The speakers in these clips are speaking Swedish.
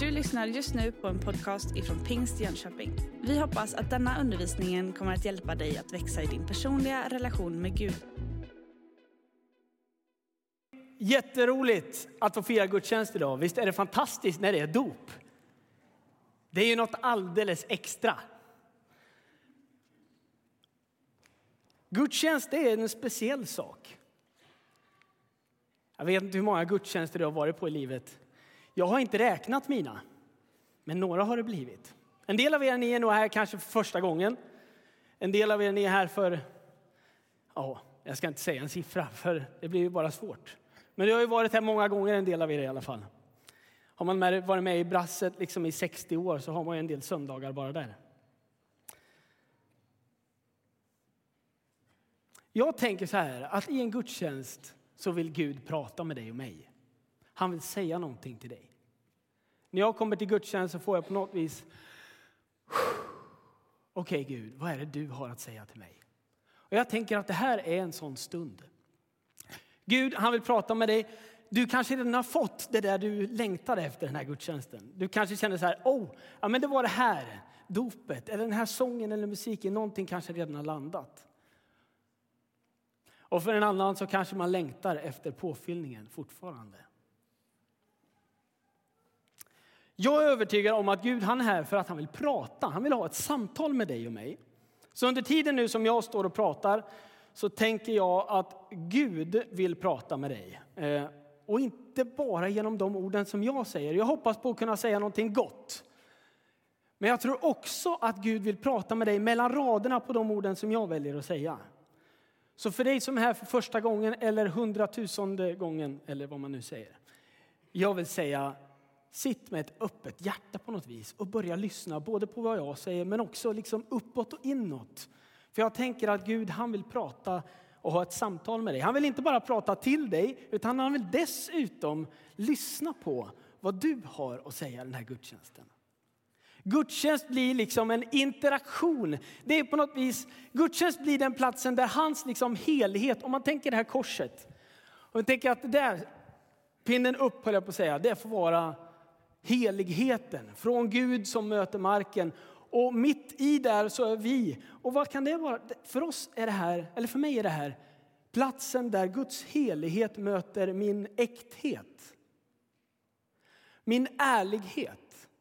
Du lyssnar just nu på en podcast ifrån Pingst Jönköping. Vi hoppas att denna undervisning kommer att hjälpa dig att växa i din personliga relation med Gud. Jätteroligt att få fira gudstjänst idag. Visst är det fantastiskt när det är dop? Det är ju något alldeles extra. Gudstjänst, det är en speciell sak. Jag vet inte hur många gudstjänster du har varit på i livet. Jag har inte räknat mina, men några har det blivit. En del av er ni är nog här kanske för första gången. En del av er ni är här för, jag ska inte säga en siffra för det blir ju bara svårt. Men det har ju varit här många gånger, en del av er i alla fall. Har man varit med i brasset liksom i 60 år så har man ju en del söndagar bara där. Jag tänker så här, att i en gudstjänst så vill Gud prata med dig och mig. Han vill säga någonting till dig. När jag kommer till gudstjänst så får jag på något vis, okej Gud, vad är det du har att säga till mig? Och jag tänker att det här är en sån stund. Gud, han vill prata med dig. Du kanske redan har fått det där du längtade efter den här gudstjänsten. Du kanske känner så här, men det var det här, dopet, eller den här sången eller musiken, någonting kanske redan har landat. Och för en annan så kanske man längtar efter påfyllningen fortfarande. Jag är övertygad om att Gud han är här för att han vill prata. Han vill ha ett samtal med dig och mig. Så under tiden nu som jag står och pratar så tänker jag att Gud vill prata med dig. Och inte bara genom de orden som jag säger. Jag hoppas på att kunna säga någonting gott. Men jag tror också att Gud vill prata med dig mellan raderna på de orden som jag väljer att säga. Så för dig som är här för första gången eller 100,000:e gången eller vad man nu säger. Jag vill säga, sitt med ett öppet hjärta på något vis och börja lyssna både på vad jag säger men också liksom uppåt och inåt. För jag tänker att Gud han vill prata och ha ett samtal med dig. Han vill inte bara prata till dig utan han vill dessutom lyssna på vad du har att säga den här gudstjänsten. Gudstjänst blir liksom en interaktion. Det är på något vis, gudstjänst blir den platsen där hans liksom helhet, om man tänker det här korset. Och man tänker att det där, pinnen upp höll jag på att säga, det får vara heligheten. Från Gud som möter marken. Och mitt i där så är vi. Och vad kan det vara? För oss är det här, eller för mig är det här, platsen där Guds helighet möter min äkthet. Min ärlighet.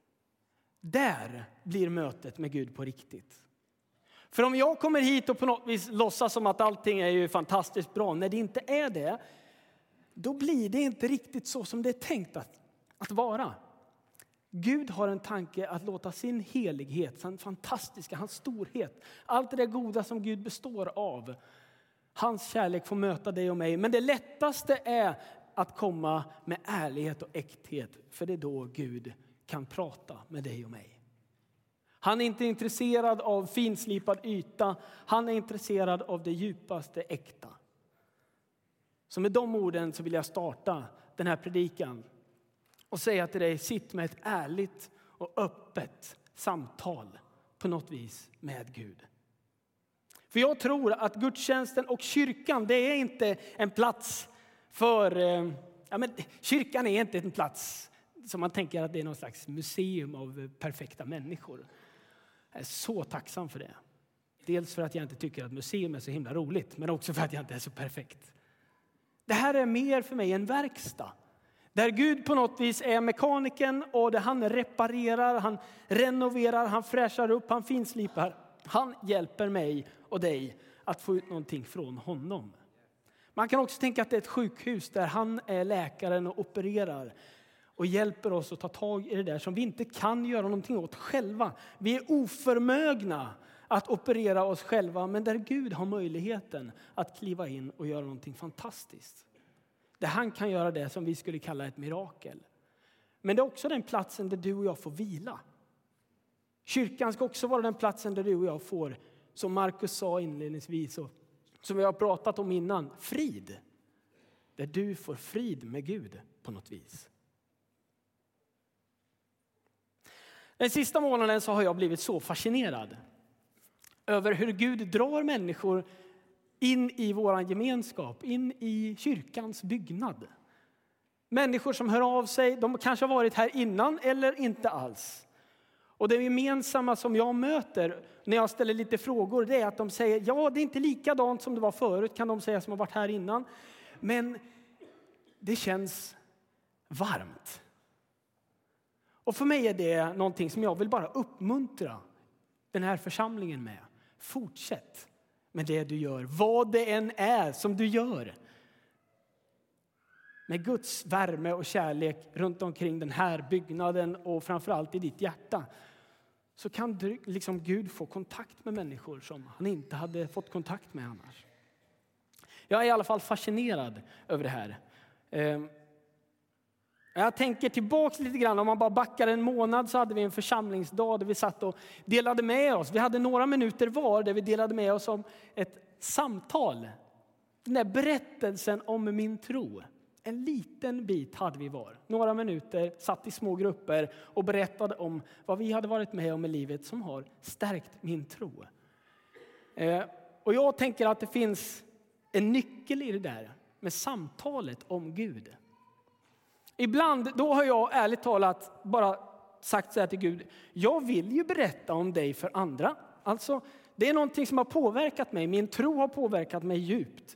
Där blir mötet med Gud på riktigt. För om jag kommer hit och på något vis låtsas som att allting är ju fantastiskt bra. När det inte är det, då blir det inte riktigt så som det är tänkt att vara. Gud har en tanke att låta sin helighet, sin fantastiska, hans storhet, allt det där goda som Gud består av, hans kärlek får möta dig och mig. Men det lättaste är att komma med ärlighet och äkthet, för det är då Gud kan prata med dig och mig. Han är inte intresserad av finslipad yta. Han är intresserad av det djupaste äkta. Så med de orden så vill jag starta den här predikan och säga till dig, sitt med ett ärligt och öppet samtal på något vis med Gud. För jag tror att gudstjänsten och kyrkan, det är inte en plats för, kyrkan är inte en plats som man tänker att det är någon slags museum av perfekta människor. Jag är så tacksam för det. Dels för att jag inte tycker att museum är så himla roligt, men också för att jag inte är så perfekt. Det här är mer för mig en verkstad. Där Gud på något vis är mekaniken och där han reparerar, han renoverar, han fräschar upp, han finslipar. Han hjälper mig och dig att få ut någonting från honom. Man kan också tänka att det är ett sjukhus där han är läkaren och opererar. Och hjälper oss att ta tag i det där som vi inte kan göra någonting åt själva. Vi är oförmögna att operera oss själva. Men där Gud har möjligheten att kliva in och göra någonting fantastiskt. Där han kan göra det som vi skulle kalla ett mirakel. Men det är också den platsen där du och jag får vila. Kyrkan ska också vara den platsen där du och jag får, som Markus sa inledningsvis och som vi har pratat om innan, frid. Där du får frid med Gud på något vis. Den sista månaden så har jag blivit så fascinerad över hur Gud drar människor in i våran gemenskap, in i kyrkans byggnad. Människor som hör av sig, de kanske har varit här innan eller inte alls. Och det gemensamma som jag möter när jag ställer lite frågor, det är att de säger, ja, det är inte likadant som det var förut, kan de säga, som har varit här innan. Men det känns varmt. Och för mig är det någonting som jag vill bara uppmuntra den här församlingen med. Fortsätt med det du gör, vad det än är som du gör. Med Guds värme och kärlek runt omkring den här byggnaden och framförallt i ditt hjärta, så kan du, liksom Gud, få kontakt med människor som han inte hade fått kontakt med annars. Jag är i alla fall fascinerad över det här. Jag tänker tillbaka lite grann, om man bara backar en månad så hade vi en församlingsdag där vi satt och delade med oss. Vi hade några minuter var där vi delade med oss om ett samtal. Den där berättelsen om min tro. En liten bit hade vi var. Några minuter, satt i små grupper och berättade om vad vi hade varit med om i livet som har stärkt min tro. Och jag tänker att det finns en nyckel i det där med samtalet om Gud. Ibland då har jag ärligt talat bara sagt så här till Gud: jag vill ju berätta om dig för andra. Alltså, det är någonting som har påverkat mig. Min tro har påverkat mig djupt.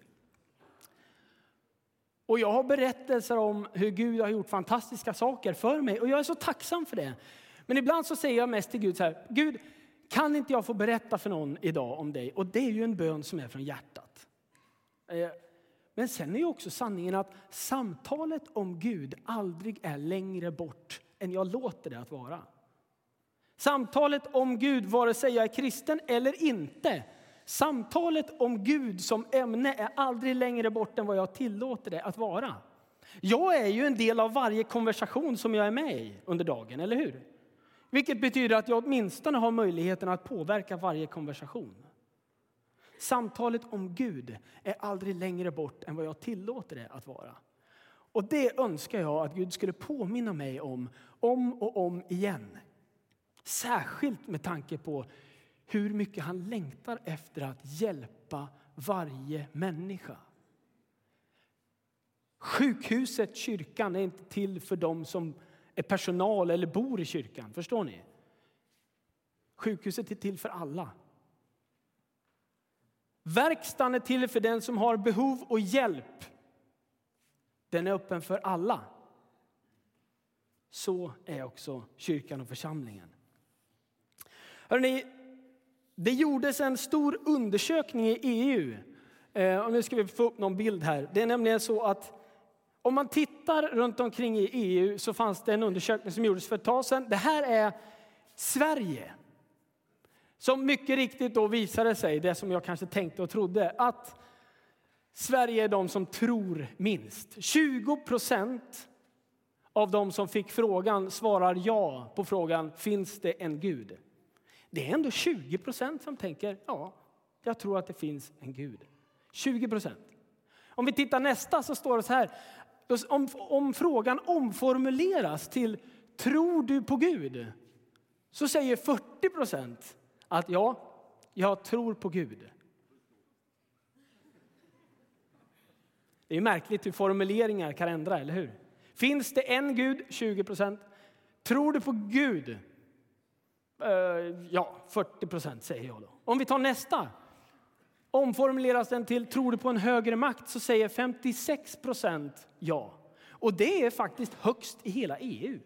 Och jag har berättelser om hur Gud har gjort fantastiska saker för mig. Och jag är så tacksam för det. Men ibland så säger jag mest till Gud så här: Gud, kan inte jag få berätta för någon idag om dig? Och det är ju en bön som är från hjärtat. Men sen är ju också sanningen att samtalet om Gud aldrig är längre bort än jag låter det att vara. Samtalet om Gud, vare sig jag är kristen eller inte. Samtalet om Gud som ämne är aldrig längre bort än vad jag tillåter det att vara. Jag är ju en del av varje konversation som jag är med i under dagen, eller hur? Vilket betyder att jag åtminstone har möjligheten att påverka varje konversation. Samtalet om Gud är aldrig längre bort än vad jag tillåter det att vara. Och det önskar jag att Gud skulle påminna mig om och om igen. Särskilt med tanke på hur mycket han längtar efter att hjälpa varje människa. Sjukhuset, kyrkan, är inte till för dem som är personal eller bor i kyrkan. Förstår ni? Sjukhuset är till för alla. Verkstaden är till för den som har behov och hjälp. Den är öppen för alla. Så är också kyrkan och församlingen. Hörrni, det gjordes en stor undersökning i EU. Och nu ska vi få upp någon bild här. Det är nämligen så att om man tittar runt omkring i EU så fanns det en undersökning som gjordes för ett tag sedan. Det här är Sverige. Som mycket riktigt då visade sig, det som jag kanske tänkte och trodde, att Sverige är de som tror minst. 20% av de som fick frågan svarar ja på frågan: finns det en Gud? Det är ändå 20% som tänker: ja, jag tror att det finns en Gud. 20%. Om vi tittar nästa så står det så här. Om frågan omformuleras till tror du på Gud? Så säger 40% att ja, jag tror på Gud. Det är märkligt hur formuleringar kan ändra, eller hur? Finns det en Gud? 20%. Tror du på Gud? Ja, 40% säger jag då. Om vi tar nästa. Omformuleras den till tror du på en högre makt, så säger 56% ja. Och det är faktiskt högst i hela EU.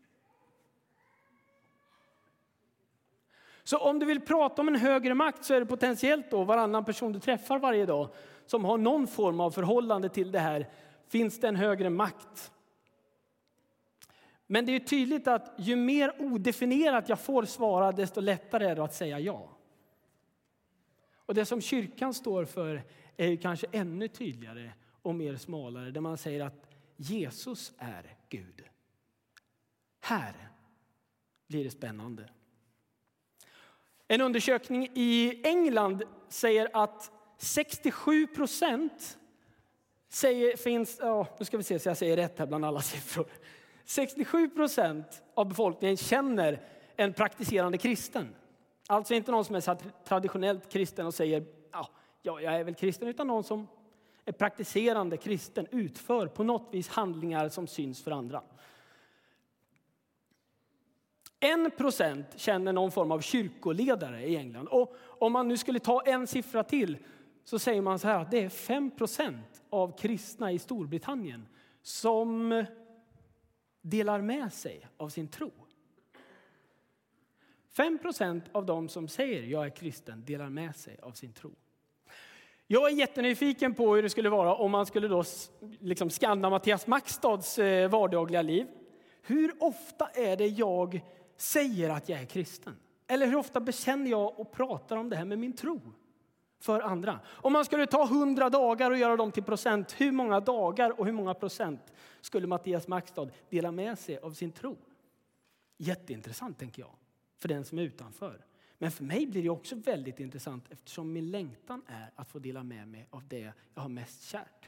Så om du vill prata om en högre makt så är det potentiellt då varannan person du träffar varje dag som har någon form av förhållande till det här. Finns det en högre makt? Men det är ju tydligt att ju mer odefinierat jag får svara, desto lättare är det att säga ja. Och det som kyrkan står för är ju kanske ännu tydligare och mer smalare. Där man säger att Jesus är Gud. Här blir det spännande. En undersökning i England säger att 67% finns, nu ska vi se så jag säger rätt här bland alla siffror. 67% av befolkningen känner en praktiserande kristen. Alltså inte någon som är så traditionellt kristen och säger ja, jag är väl kristen, utan någon som En praktiserande kristen utför på något vis handlingar som syns för andra. 1% känner någon form av kyrkoledare i England. Och om man nu skulle ta en siffra till så säger man så här att det är 5% av kristna i Storbritannien som delar med sig av sin tro. 5% av de som säger jag är kristen delar med sig av sin tro. Jag är jättenyfiken på hur det skulle vara om man skulle då liksom skanna Mattias Maxstads vardagliga liv. Hur ofta är det jag säger att jag är kristen? Eller hur ofta bekänner jag och pratar om det här med min tro för andra? Om man skulle ta 100 dagar och göra dem till procent, hur många dagar och hur många procent skulle Mattias Maxstad dela med sig av sin tro? Jätteintressant tänker jag, för den som är utanför. Men för mig blir det också väldigt intressant eftersom min längtan är att få dela med mig av det jag har mest kärt.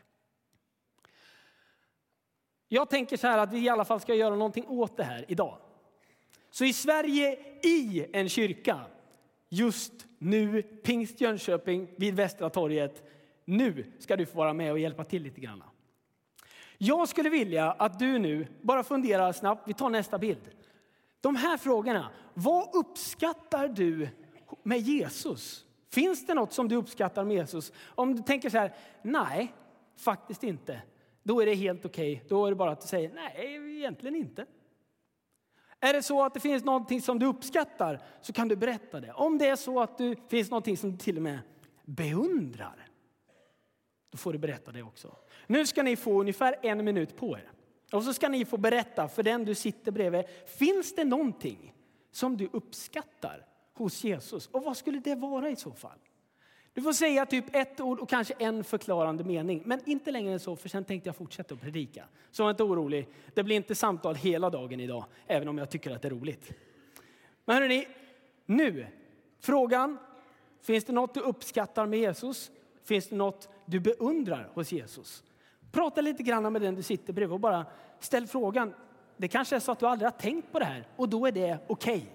Jag tänker så här att vi i alla fall ska göra någonting åt det här idag. Så i Sverige, i en kyrka, just nu, Pingst Jönköping vid Västra torget, nu ska du få vara med och hjälpa till lite grann. Jag skulle vilja att du nu bara funderar snabbt, vi tar nästa bild. De här frågorna, vad uppskattar du med Jesus? Finns det något som du uppskattar med Jesus? Om du tänker så här, nej, faktiskt inte. Då är det helt okej. Då är det bara att du säger, nej, egentligen inte. Är det så att det finns någonting som du uppskattar så kan du berätta det. Om det är så att det finns någonting som du till och med beundrar, då får du berätta det också. Nu ska ni få ungefär 1 minut på er. Och så ska ni få berätta för den du sitter bredvid. Finns det någonting som du uppskattar hos Jesus? Och vad skulle det vara i så fall? Du får säga typ 1 ord och kanske en förklarande mening. Men inte längre än så, för sen tänkte jag fortsätta att predika. Så var inte orolig. Det blir inte samtal hela dagen idag. Även om jag tycker att det är roligt. Men hörrni, nu. Frågan. Finns det något du uppskattar med Jesus? Finns det något du beundrar hos Jesus? Prata lite grann med den du sitter bredvid och bara ställ frågan. Det kanske är så att du aldrig har tänkt på det här. Och då är det okej.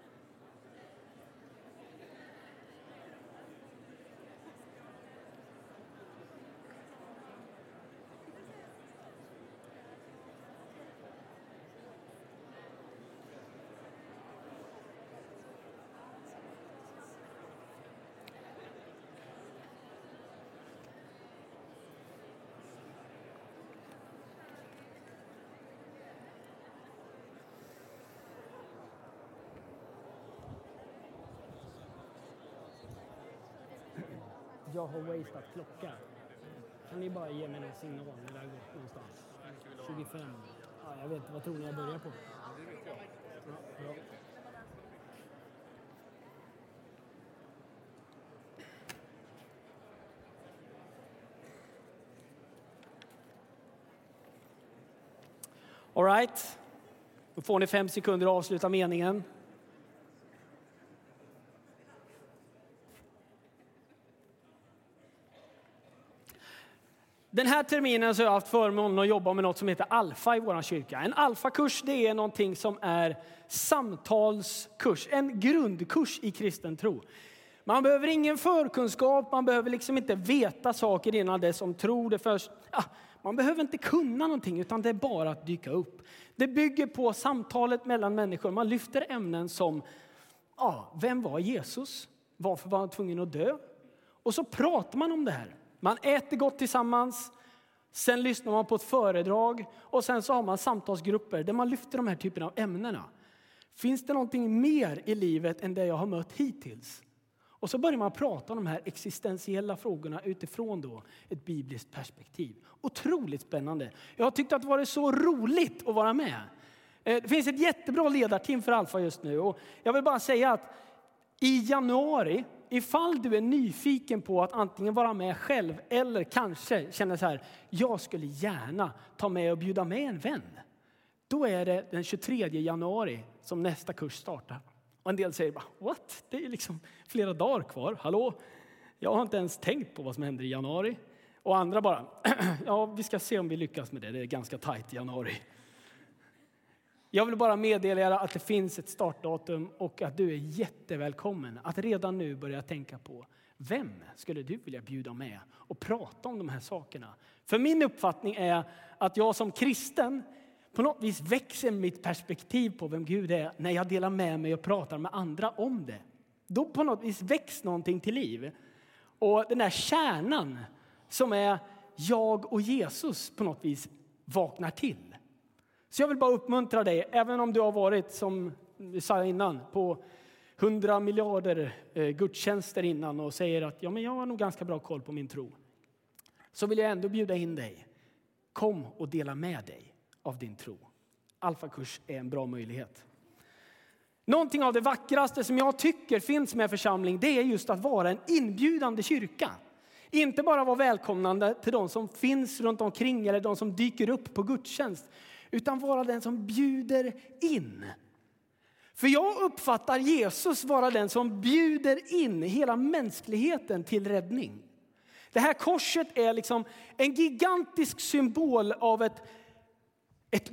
Jag har wasteat klocka. Kan ni bara ge mig en signal när det har gått någonstans? 25. Ja, jag vet inte, vad tror ni jag börjar på? Det vet jag. Ja, bra. All right. Då får ni 5 sekunder att avsluta meningen. Den här terminen så har jag haft förmånen att jobba med något som heter Alfa i vår kyrka. En alfakurs, det är någonting som är samtalskurs. En grundkurs i kristen tro. Man behöver ingen förkunskap, man behöver liksom inte veta saker innan det som tror det först. Man behöver inte kunna någonting utan det är bara att dyka upp. Det bygger på samtalet mellan människor. Man lyfter ämnen som, vem var Jesus? Varför var han tvungen att dö? Och så pratar man om det här. Man äter gott tillsammans, sen lyssnar man på ett föredrag och sen så har man samtalsgrupper där man lyfter de här typerna av ämnena. Finns det någonting mer i livet än det jag har mött hittills? Och så börjar man prata om de här existentiella frågorna utifrån då ett bibliskt perspektiv. Otroligt spännande. Jag har tyckt att det varit så roligt att vara med. Det finns ett jättebra ledarteam för Alfa just nu och jag vill bara säga att i januari, ifall du är nyfiken på att antingen vara med själv eller kanske känner så här, jag skulle gärna ta med och bjuda med en vän. Då är det den 23 januari som nästa kurs startar. Och en del säger bara, what? Det är liksom flera dagar kvar. Hallå? Jag har inte ens tänkt på vad som händer i januari. Och andra bara, ja vi ska se om vi lyckas med det. Det är ganska tajt i januari. Jag vill bara meddela er att det finns ett startdatum och att du är jättevälkommen att redan nu börja tänka på Vem skulle du vilja bjuda med och prata om de här sakerna? För min uppfattning är att jag som kristen på något vis växer mitt perspektiv på vem Gud är när jag delar med mig och pratar med andra om det. Då på något vis väcks någonting till liv. Och den där kärnan som är jag och Jesus på något vis vaknar till. Så jag vill bara uppmuntra dig, även om du har varit, som vi sa innan, på 100 miljarder gudstjänster innan och säger att ja, men jag har nog ganska bra koll på min tro. Så vill jag ändå bjuda in dig. Kom och dela med dig av din tro. Alfakurs är en bra möjlighet. Någonting av det vackraste som jag tycker finns med församling, det är just att vara en inbjudande kyrka. Inte bara vara välkomnande till de som finns runt omkring eller de som dyker upp på gudstjänst, utan vara den som bjuder in. För jag uppfattar Jesus vara den som bjuder in hela mänskligheten till räddning. Det här korset är liksom en gigantisk symbol av ett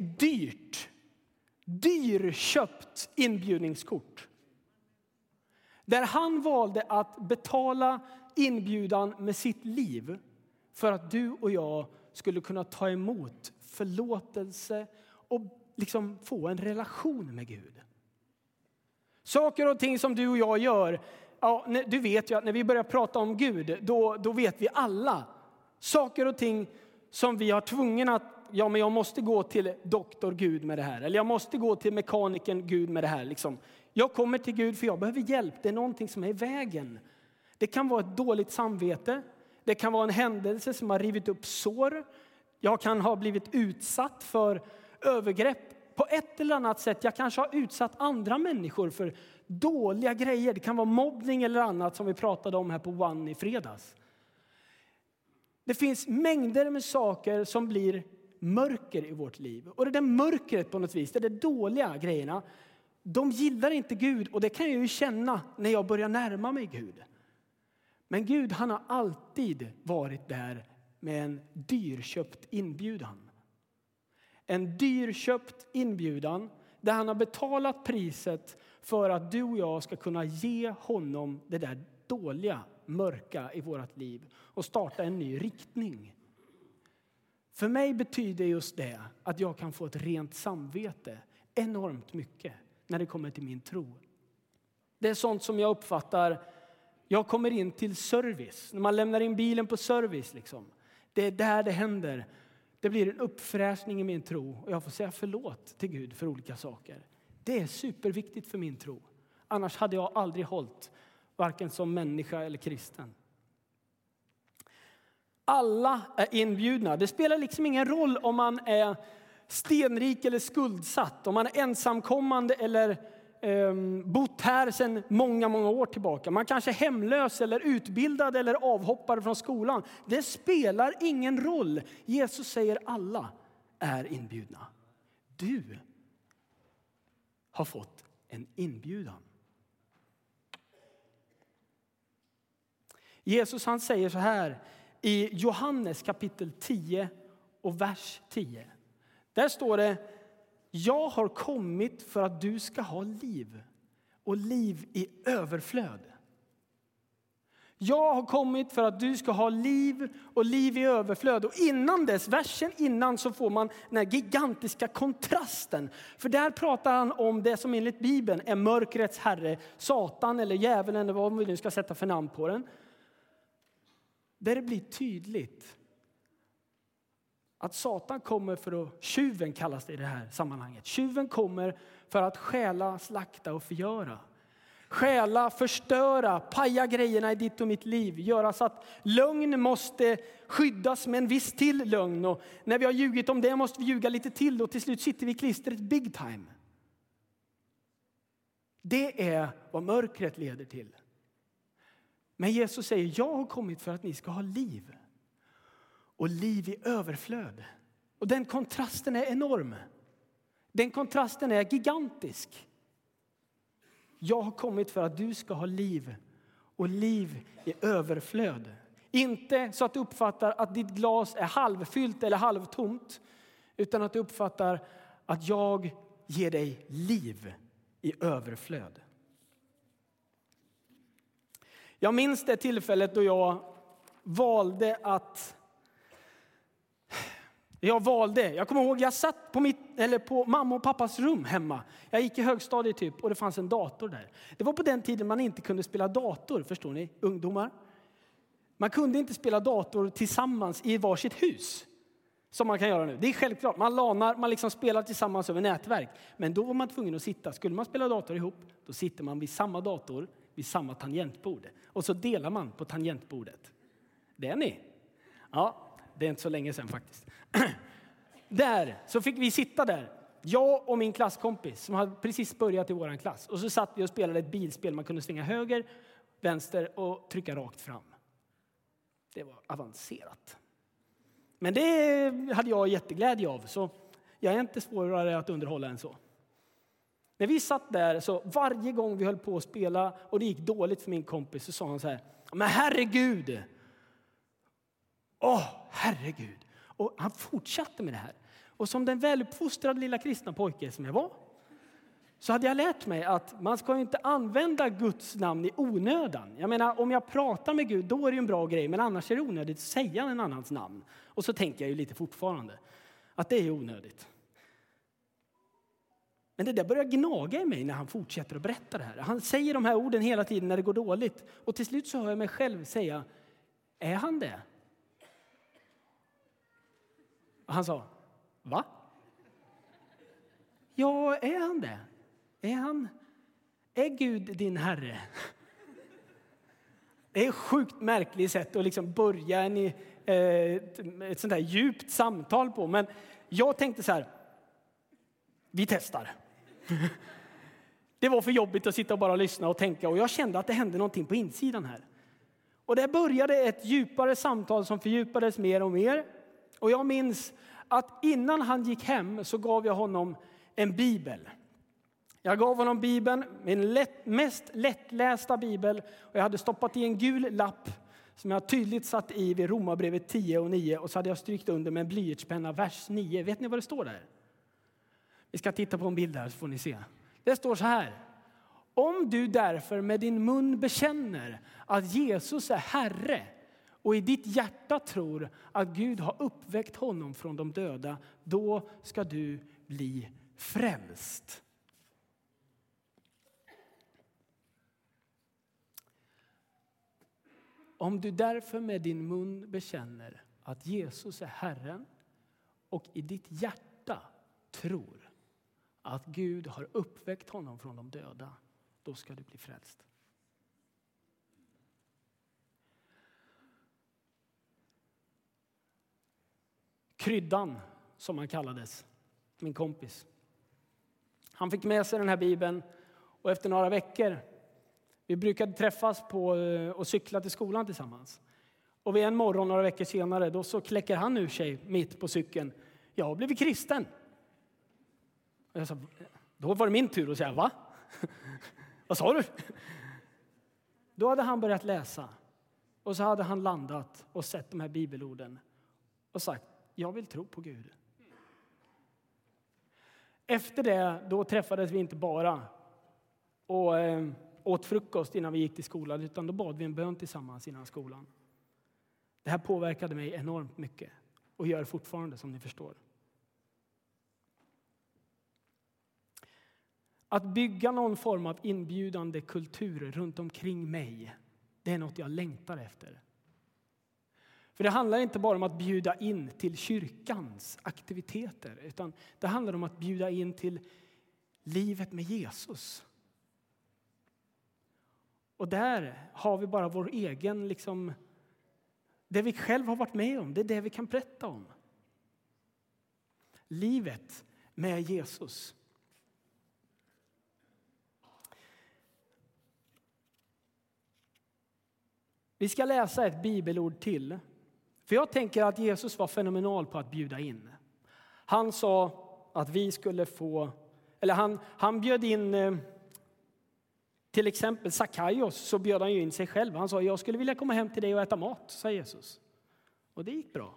dyrköpt inbjudningskort. Där han valde att betala inbjudan med sitt liv för att du och jag skulle kunna ta emot förlåtelse och liksom få en relation med Gud. Saker och ting som du och jag gör, ja, du vet ju att när vi börjar prata om Gud, då vet vi alla saker och ting som vi har tvungen att, ja men jag måste gå till doktor Gud med det här. Eller jag måste gå till mekaniken Gud med det här. Liksom. Jag kommer till Gud för jag behöver hjälp. Det är någonting som är i vägen. Det kan vara ett dåligt samvete. Det kan vara en händelse som har rivit upp sår. Jag kan ha blivit utsatt för övergrepp på ett eller annat sätt. Jag kanske har utsatt andra människor för dåliga grejer. Det kan vara mobbning eller annat som vi pratade om här på One i fredags. Det finns mängder med saker som blir mörker i vårt liv. Och det där mörkret på något vis, det där dåliga grejerna, de gillar inte Gud. Och det kan jag ju känna när jag börjar närma mig Gud. Men Gud, han har alltid varit där med en dyrköpt inbjudan. En dyrköpt inbjudan där han har betalat priset för att du och jag ska kunna ge honom det där dåliga, mörka i vårt liv och starta en ny riktning. För mig betyder just det att jag kan få ett rent samvete enormt mycket när det kommer till min tro. Det är sånt som jag uppfattar, jag kommer in till service. När man lämnar in bilen på service liksom. Det är där det händer. Det blir en uppfräschning i min tro och jag får säga förlåt till Gud för olika saker. Det är superviktigt för min tro. Annars hade jag aldrig hållit, varken som människa eller kristen. Alla är inbjudna. Det spelar liksom ingen roll om man är stenrik eller skuldsatt. Om man är ensamkommande eller bott här sedan många, många år tillbaka. Man kanske är hemlös eller utbildad eller avhoppare från skolan. Det spelar ingen roll. Jesus säger alla är inbjudna. Du har fått en inbjudan. Jesus han säger så här i Johannes kapitel 10 och vers 10. Där står det: jag har kommit för att du ska ha liv och liv i överflöd. Jag har kommit för att du ska ha liv och liv i överflöd. Och innan dess, versen innan, så får man den här gigantiska kontrasten. För där pratar han om det som enligt Bibeln är mörkrets herre, Satan eller djävulen eller vad vi nu ska sätta för namn på den. Där det blir tydligt att Satan kommer för att, tjuven kallas det i det här sammanhanget. Tjuven kommer för att stjäla, slakta och förgöra. Stjäla, förstöra, paja grejerna i ditt och mitt liv. Göra så att lögn måste skyddas med en viss till lögn. Och när vi har ljugit om det måste vi ljuga lite till. Och till slut sitter vi i klistret big time. Det är vad mörkret leder till. Men Jesus säger, jag har kommit för att ni ska ha liv. Och liv i överflöd. Och den kontrasten är enorm. Den kontrasten är gigantisk. Jag har kommit för att du ska ha liv. Och liv i överflöd. Inte så att du uppfattar att ditt glas är halvfyllt eller halvtomt. Utan att du uppfattar att jag ger dig liv i överflöd. Jag minns det tillfället då jag kommer ihåg jag satt på mamma och pappas rum hemma. Jag gick i högstadiet typ och det fanns en dator där. Det var på den tiden man inte kunde spela dator, förstår ni, ungdomar. Man kunde inte spela dator tillsammans i varsitt hus som man kan göra nu. Det är självklart, man liksom spelar tillsammans över nätverk. Men då var man tvungen att sitta, skulle man spela dator ihop, då sitter man vid samma dator, vid samma tangentbord. Och så delar man på tangentbordet. Det är ni? Ja, det är inte så länge sedan faktiskt. Där så fick vi sitta där. Jag och min klasskompis som hade precis börjat i våran klass. Och så satt vi och spelade ett bilspel. Man kunde svänga höger, vänster och trycka rakt fram. Det var avancerat. Men det hade jag jätteglädje av. Så jag är inte svårare att underhålla än så. När vi satt där så varje gång vi höll på att spela och det gick dåligt för min kompis så sa han så här: men herregud! Herregud! Och han fortsatte med det här. Och som den väluppfostrade lilla kristna pojke som jag var, så hade jag lärt mig att man ska inte använda Guds namn i onödan. Jag menar, om jag pratar med Gud, då är det ju en bra grej. Men annars är det onödigt att säga en annans namn. Och så tänker jag ju lite fortfarande att det är onödigt. Men det där börjar gnaga i mig när han fortsätter att berätta det här. Han säger de här orden hela tiden när det går dåligt. Och till slut så hör jag mig själv säga: är han det? Och han sa: va? Ja, är han det? Är Gud din herre? Det är ett sjukt märkligt sätt att liksom börja ett sånt här djupt samtal på. Men jag tänkte så här: vi testar. Det var för jobbigt att sitta och bara lyssna och tänka. Och jag kände att det hände någonting på insidan här. Och det började ett djupare samtal som fördjupades mer och mer. Och jag minns att innan han gick hem så gav jag honom en bibel. Jag gav honom bibeln, min mest lättlästa bibel. Och jag hade stoppat i en gul lapp som jag tydligt satt i vid Romarbrevet 10 och 9. Och så hade jag strykt under med en blyertspenna vers 9. Vet ni vad det står där? Vi ska titta på en bild här så får ni se. Det står så här: om du därför med din mun bekänner att Jesus är Herre och i ditt hjärta tror att Gud har uppväckt honom från de döda, då ska du bli frälst. Om du därför med din mun bekänner att Jesus är Herren och i ditt hjärta tror att Gud har uppväckt honom från de döda, då ska du bli frälst. Kryddan, som han kallades, min kompis. Han fick med sig den här bibeln och efter några veckor, vi brukade träffas och cykla till skolan tillsammans. Och vid en morgon några veckor senare, då så kläcker han ur sig mitt på cykeln: jag har blivit kristen. Och jag sa, då var det min tur att säga: va? Vad sa du? Då hade han börjat läsa. Och så hade han landat och sett de här bibelorden. Och sagt: jag vill tro på Gud. Efter det, då träffades vi inte bara och åt frukost innan vi gick till skolan. Utan då bad vi en bön tillsammans innan skolan. Det här påverkade mig enormt mycket. Och gör fortfarande, som ni förstår. Att bygga någon form av inbjudande kultur runt omkring mig, det är något jag längtar efter. För det handlar inte bara om att bjuda in till kyrkans aktiviteter, utan det handlar om att bjuda in till livet med Jesus. Och där har vi bara vår egen, det vi själv har varit med om, det är det vi kan berätta om. Livet med Jesus. Vi ska läsa ett bibelord till. För jag tänker att Jesus var fenomenal på att bjuda in. Han sa att vi skulle få, eller han bjöd in till exempel Sackaios, så bjöd han ju in sig själv. Han sa: jag skulle vilja komma hem till dig och äta mat, sa Jesus. Och det gick bra.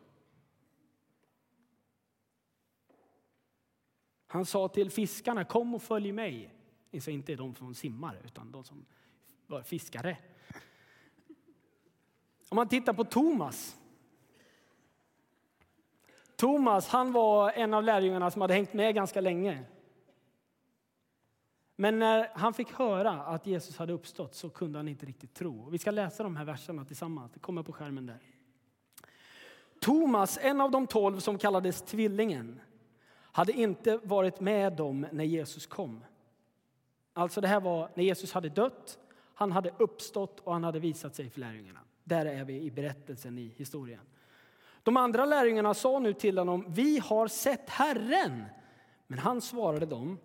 Han sa till fiskarna: kom och följ mig. Alltså inte de som simmar, utan de som var fiskare. Om man tittar på Thomas. Thomas, han var en av lärjungarna som hade hängt med ganska länge. Men när han fick höra att Jesus hade uppstått så kunde han inte riktigt tro. Vi ska läsa de här verserna tillsammans. Det kommer på skärmen där. Thomas, en av de 12 som kallades tvillingen, hade inte varit med dem när Jesus kom. Alltså det här var när Jesus hade dött, han hade uppstått och han hade visat sig för lärjungarna. Där är vi i berättelsen i historien. De andra lärjungarna sa nu till honom, vi har sett Herren. Men han svarade dem,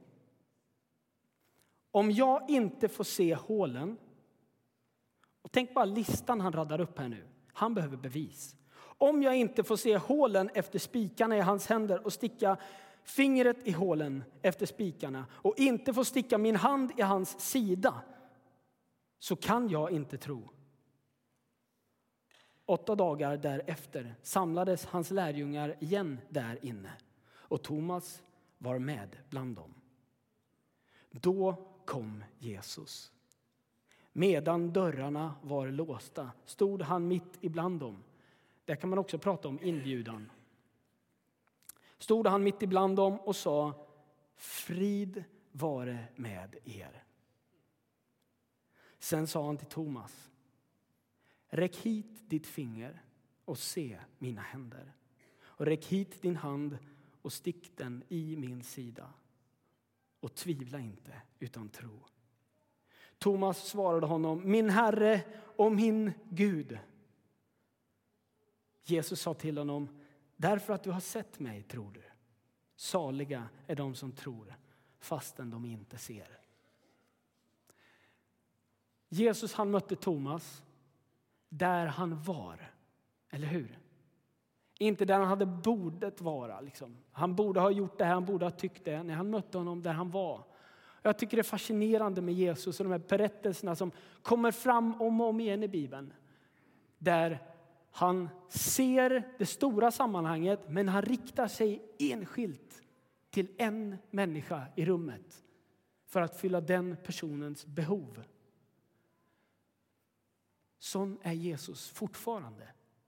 om jag inte får se hålen. Och tänk bara listan han raddar upp här nu. Han behöver bevis. Om jag inte får se hålen efter spikarna i hans händer och sticka fingret i hålen efter spikarna och inte får sticka min hand i hans sida, så kan jag inte tro. 8 dagar därefter samlades hans lärjungar igen där inne och Thomas var med bland dem. Då kom Jesus. Medan dörrarna var låsta stod han mitt ibland dem. Där kan man också prata om inbjudan. Stod han mitt ibland dem och sa, frid vare med er. Sen sa han till Thomas, räck hit ditt finger och se mina händer. Och räck hit din hand och stick den i min sida. Och tvivla inte utan tro. Thomas svarade honom, min Herre och min Gud. Jesus sa till honom, därför att du har sett mig tror du. Saliga är de som tror fastän de inte ser. Jesus han mötte Thomas där han var, eller hur? Inte där han hade bordet vara. Liksom. Han borde ha gjort det här, han borde ha tyckt det. När han mötte honom där han var. Jag tycker det är fascinerande med Jesus och de här berättelserna som kommer fram om och om igen i Bibeln. Där han ser det stora sammanhanget men han riktar sig enskilt till en människa i rummet. För att fylla den personens behov. Sån är Jesus fortfarande.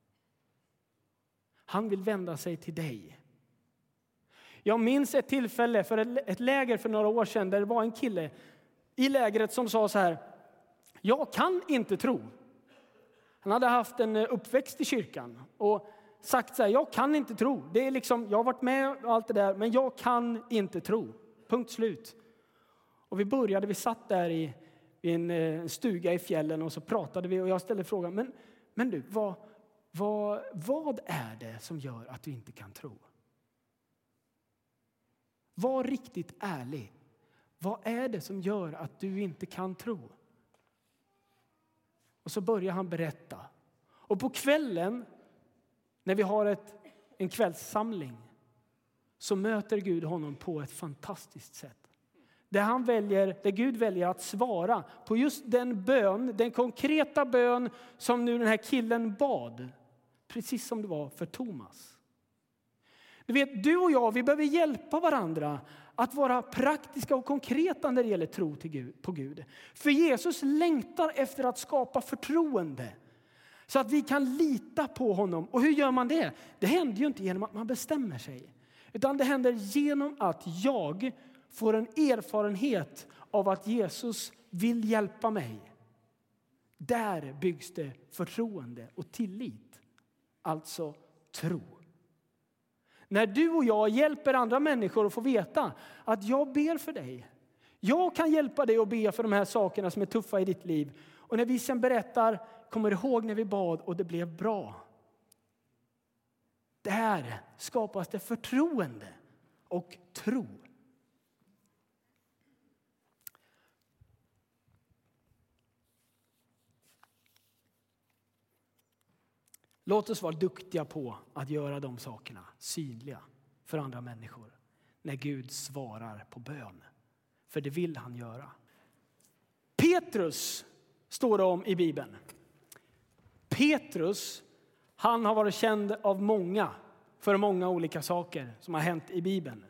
Han vill vända sig till dig. Jag minns ett tillfälle för ett läger för några år sedan där det var en kille i lägret som sa så här, jag kan inte tro. Han hade haft en uppväxt i kyrkan och sagt så här, jag kan inte tro. Det är liksom, jag har varit med och allt det där, men jag kan inte tro. Punkt slut. Och vi satt där i en stuga i fjällen och så pratade vi och jag ställde frågan, men du, vad är det som gör att du inte kan tro? Var riktigt ärlig. Vad är det som gör att du inte kan tro? Och så börjar han berätta. Och på kvällen, när vi har en kvällssamling, så möter Gud honom på ett fantastiskt sätt. Där Gud väljer att svara på just den konkreta bön som nu den här killen bad. Precis som det var för Thomas. Du vet, du och jag, vi behöver hjälpa varandra att vara praktiska och konkreta när det gäller tro på Gud. För Jesus längtar efter att skapa förtroende. Så att vi kan lita på honom. Och hur gör man det? Det händer ju inte genom att man bestämmer sig. Utan det händer genom att jag får en erfarenhet av att Jesus vill hjälpa mig. Där byggs det förtroende och tillit. Alltså tro. När du och jag hjälper andra människor att få veta att jag ber för dig. Jag kan hjälpa dig att be för de här sakerna som är tuffa i ditt liv. Och när vi sen berättar, kommer du ihåg när vi bad och det blev bra? Där skapas det förtroende och tro. Låt oss vara duktiga på att göra de sakerna synliga för andra människor. När Gud svarar på bön. För det vill han göra. Petrus står det om i Bibeln. Petrus, han har varit känd av många för många olika saker som har hänt i Bibeln.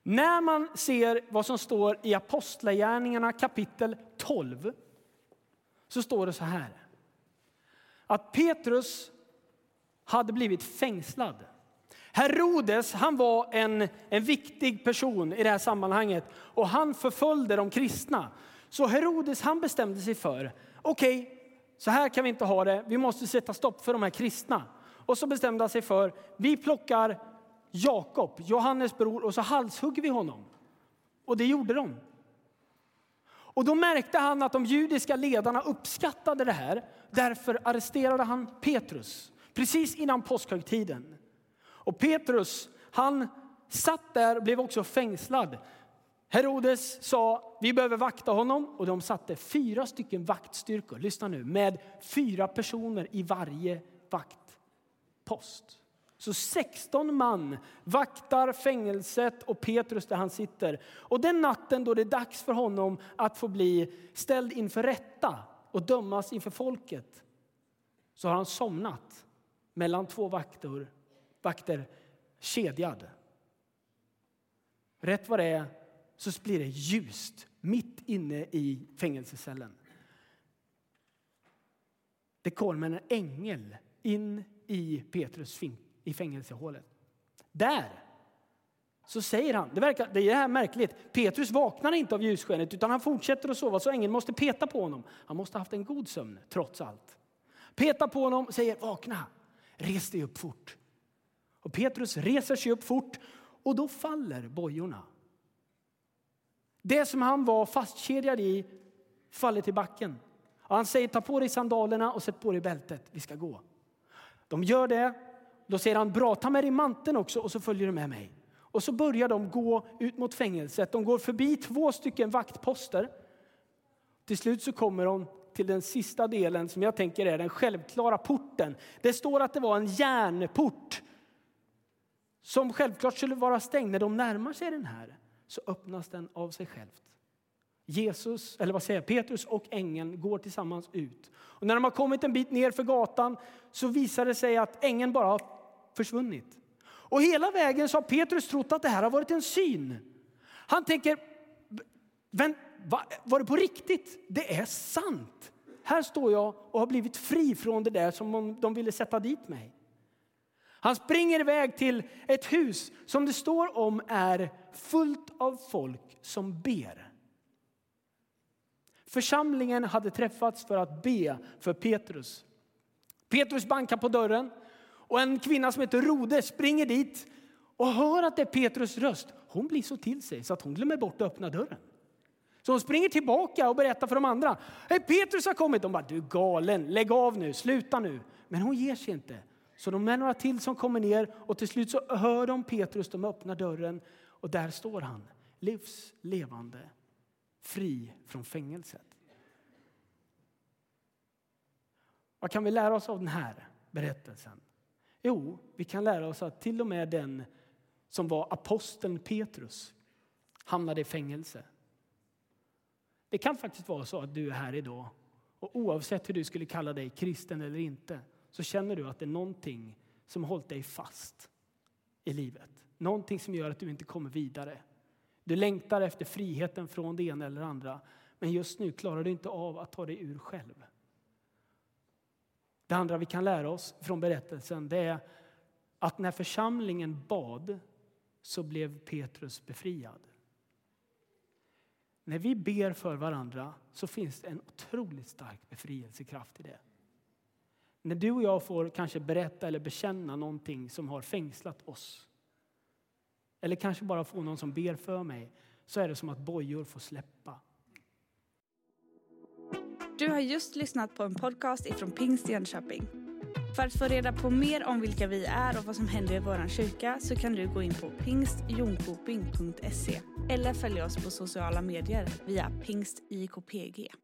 När man ser vad som står i Apostlagärningarna kapitel 12 så står det så här. Att Petrus hade blivit fängslad. Herodes, han var en viktig person i det här sammanhanget. Och han förföljde de kristna. Så Herodes, han bestämde sig för, okej, så här kan vi inte ha det. Vi måste sätta stopp för de här kristna. Och så bestämde han sig för, vi plockar Jakob, Johannes bror, och så halshugger vi honom. Och det gjorde de. Och då märkte han att de judiska ledarna uppskattade det här. Därför arresterade han Petrus precis innan påskhögtiden. Och Petrus, han satt där och blev också fängslad. Herodes sa, vi behöver vakta honom. Och de satte 4 stycken vaktstyrkor, lyssna nu, med 4 personer i varje vaktpost. Så 16 man vaktar fängelset och Petrus där han sitter. Och den natten då det är dags för honom att få bli ställd inför rätta och dömas inför folket, så har han somnat mellan 2 vakter kedjad. Rätt vad det är så blir det ljust mitt inne i fängelsecellen. Det kommer en ängel in i Petrus i fängelsehålet. Där så säger han, det är här märkligt. Petrus vaknar inte av ljusskenet utan han fortsätter att sova, så ängeln måste peta på honom. Han måste ha haft en god sömn trots allt. Peta på honom och säger, vakna, res dig upp fort. Och Petrus reser sig upp fort och då faller bojorna. Det som han var fastkedjad i faller till backen. Och han säger, ta på dig sandalerna och sätt på dig bältet, vi ska gå. De gör det. Då säger han, bra, ta med dig manteln också och så följer du med mig. Och så börjar de gå ut mot fängelset. De går förbi 2 stycken vaktposter. Till slut så kommer de till den sista delen som jag tänker är den självklara porten. Det står att det var en järnport som självklart skulle vara stängd. När de närmar sig den här så öppnas den av sig självt. Petrus och ängeln går tillsammans ut. Och när de har kommit en bit ner för gatan så visar det sig att ängeln bara har försvunnit. Och hela vägen så har Petrus trott att det här har varit en syn. Han tänker, var det på riktigt? Det är sant. Här står jag och har blivit fri från det där som de ville sätta dit mig. Han springer iväg till ett hus som det står om är fullt av folk som ber. Församlingen hade träffats för att be för Petrus. Petrus bankar på dörren och en kvinna som heter Rode springer dit och hör att det är Petrus röst. Hon blir så till sig så att hon glömmer bort att öppna dörren. Så hon springer tillbaka och berättar för de andra. Hej, Petrus har kommit. De bara, du är galen, lägg av nu, sluta nu. Men hon ger sig inte. Så de är några till som kommer ner och till slut så hör de Petrus, de öppnar dörren och där står han, livslevande, fri från fängelset. Vad kan vi lära oss av den här berättelsen? Jo, vi kan lära oss att till och med den som var aposteln Petrus hamnade i fängelse. Det kan faktiskt vara så att du är här idag och oavsett hur du skulle kalla dig kristen eller inte så känner du att det är någonting som hållit dig fast i livet. Någonting som gör att du inte kommer vidare. Du längtar efter friheten från det ena eller andra. Men just nu klarar du inte av att ta dig ur själv. Det andra vi kan lära oss från berättelsen det är att när församlingen bad så blev Petrus befriad. När vi ber för varandra så finns det en otroligt stark befrielsekraft i det. När du och jag får kanske berätta eller bekänna någonting som har fängslat oss. Eller kanske bara få någon som ber för mig. Så är det som att bojor får släppa. Du har just lyssnat på en podcast ifrån Pingst Jönköping. För att få reda på mer om vilka vi är och vad som händer i vår kyrka så kan du gå in på pingstjonkoping.se eller följa oss på sociala medier via pingstjkpg.